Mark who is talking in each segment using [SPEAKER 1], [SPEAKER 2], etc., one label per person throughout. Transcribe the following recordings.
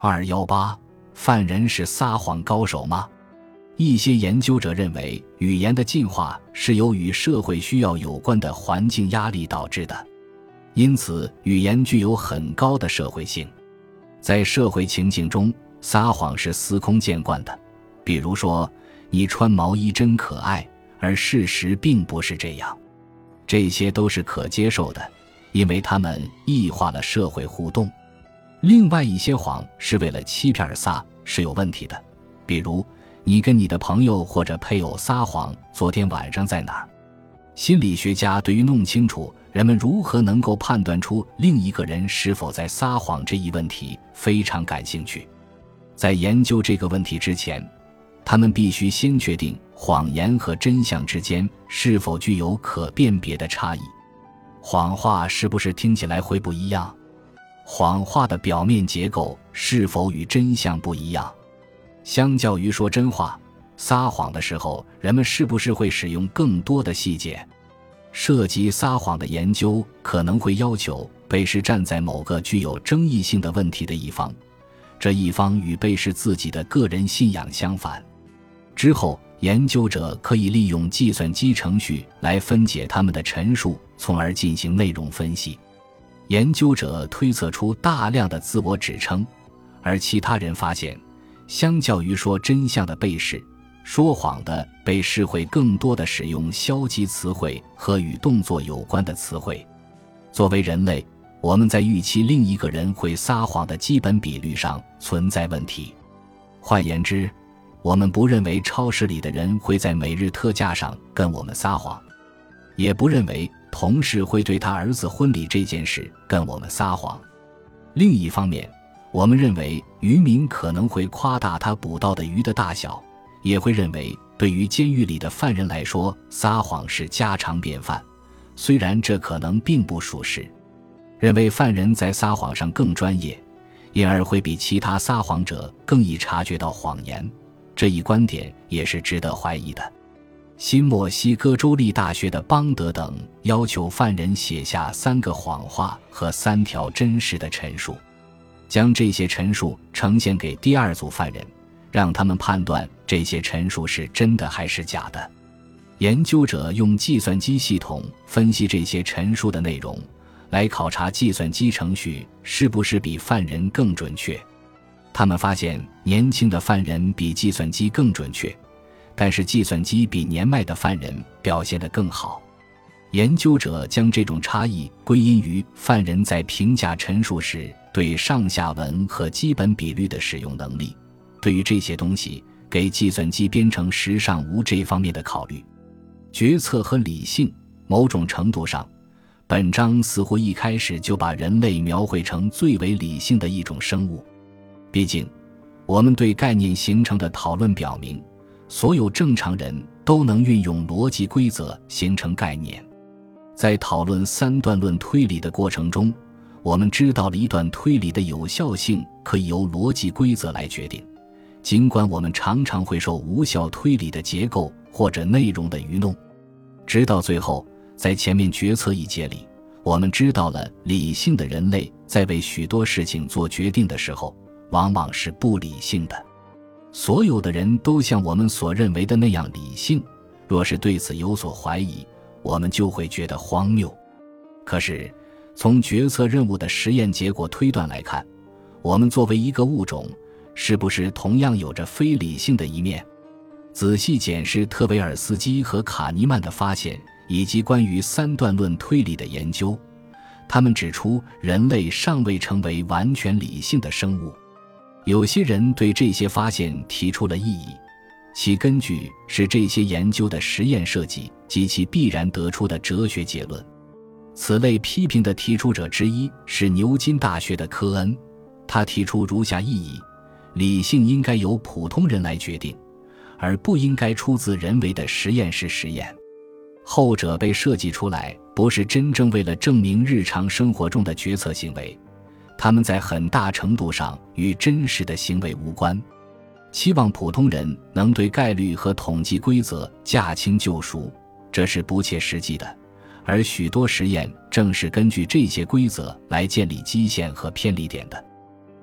[SPEAKER 1] 218犯人是撒谎高手吗？一些研究者认为，语言的进化是由与社会需要有关的环境压力导致的，因此语言具有很高的社会性。在社会情境中，撒谎是司空见惯的，比如说，你穿毛衣真可爱，而事实并不是这样。这些都是可接受的，因为它们异化了社会互动。另外一些谎是为了欺骗而撒，是有问题的，比如你跟你的朋友或者配偶撒谎昨天晚上在哪儿。心理学家对于弄清楚人们如何能够判断出另一个人是否在撒谎这一问题非常感兴趣。在研究这个问题之前，他们必须先确定谎言和真相之间是否具有可辨别的差异。谎话是不是听起来会不一样？谎话的表面结构是否与真相不一样？相较于说真话，撒谎的时候，人们是不是会使用更多的细节？涉及撒谎的研究可能会要求被试站在某个具有争议性的问题的一方，这一方与被试自己的个人信仰相反。之后，研究者可以利用计算机程序来分解他们的陈述，从而进行内容分析。研究者推测出大量的自我指称，而其他人发现，相较于说真相的被试，说谎的被试会更多地使用消极词汇和与动作有关的词汇。作为人类，我们在预期另一个人会撒谎的基本比率上存在问题。换言之，我们不认为超市里的人会在每日特价上跟我们撒谎，也不认为同事会对他儿子婚礼这件事跟我们撒谎。另一方面，我们认为渔民可能会夸大他捕到的鱼的大小，也会认为对于监狱里的犯人来说，撒谎是家常便饭，虽然这可能并不属实。认为犯人在撒谎上更专业，因而会比其他撒谎者更易察觉到谎言，这一观点也是值得怀疑的。新墨西哥州立大学的邦德等要求犯人写下3个谎话和3条真实的陈述，将这些陈述呈现给第2组犯人，让他们判断这些陈述是真的还是假的。研究者用计算机系统分析这些陈述的内容，来考察计算机程序是不是比犯人更准确。他们发现年轻的犯人比计算机更准确，但是计算机比年迈的犯人表现得更好。研究者将这种差异归因于犯人在评价陈述时对上下文和基本比率的使用能力，对于这些东西给计算机编程时尚无这方面的考虑。决策和理性，某种程度上，本章似乎一开始就把人类描绘成最为理性的一种生物。毕竟，我们对概念形成的讨论表明，所有正常人都能运用逻辑规则形成概念。在讨论3段论推理的过程中，我们知道了一段推理的有效性可以由逻辑规则来决定，尽管我们常常会受无效推理的结构或者内容的愚弄。直到最后，在前面决策一节里，我们知道了理性的人类在为许多事情做决定的时候，往往是不理性的。所有的人都像我们所认为的那样理性，若是对此有所怀疑，我们就会觉得荒谬。可是，从决策任务的实验结果推断来看，我们作为一个物种，是不是同样有着非理性的一面？仔细检视特维尔斯基和卡尼曼的发现，以及关于3段论推理的研究，他们指出人类尚未成为完全理性的生物。有些人对这些发现提出了异议，其根据是这些研究的实验设计及其必然得出的哲学结论。此类批评的提出者之一是牛津大学的科恩，他提出如下异议：理性应该由普通人来决定，而不应该出自人为的实验室实验。后者被设计出来不是真正为了证明日常生活中的决策行为，他们在很大程度上与真实的行为无关。期望普通人能对概率和统计规则驾轻就熟，这是不切实际的，而许多实验正是根据这些规则来建立基线和偏离点的。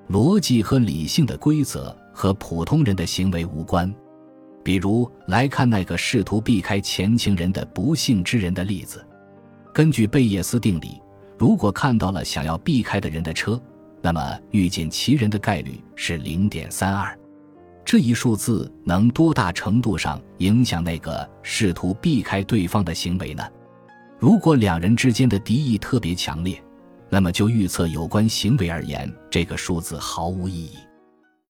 [SPEAKER 1] 逻辑和理性的规则和普通人的行为无关。比如来看那个试图避开前情人的不幸之人的例子。根据贝叶斯定理，如果看到了想要避开的人的车，那么遇见其人的概率是 0.32。这一数字能多大程度上影响那个试图避开对方的行为呢？如果两人之间的敌意特别强烈，那么就预测有关行为而言，这个数字毫无意义。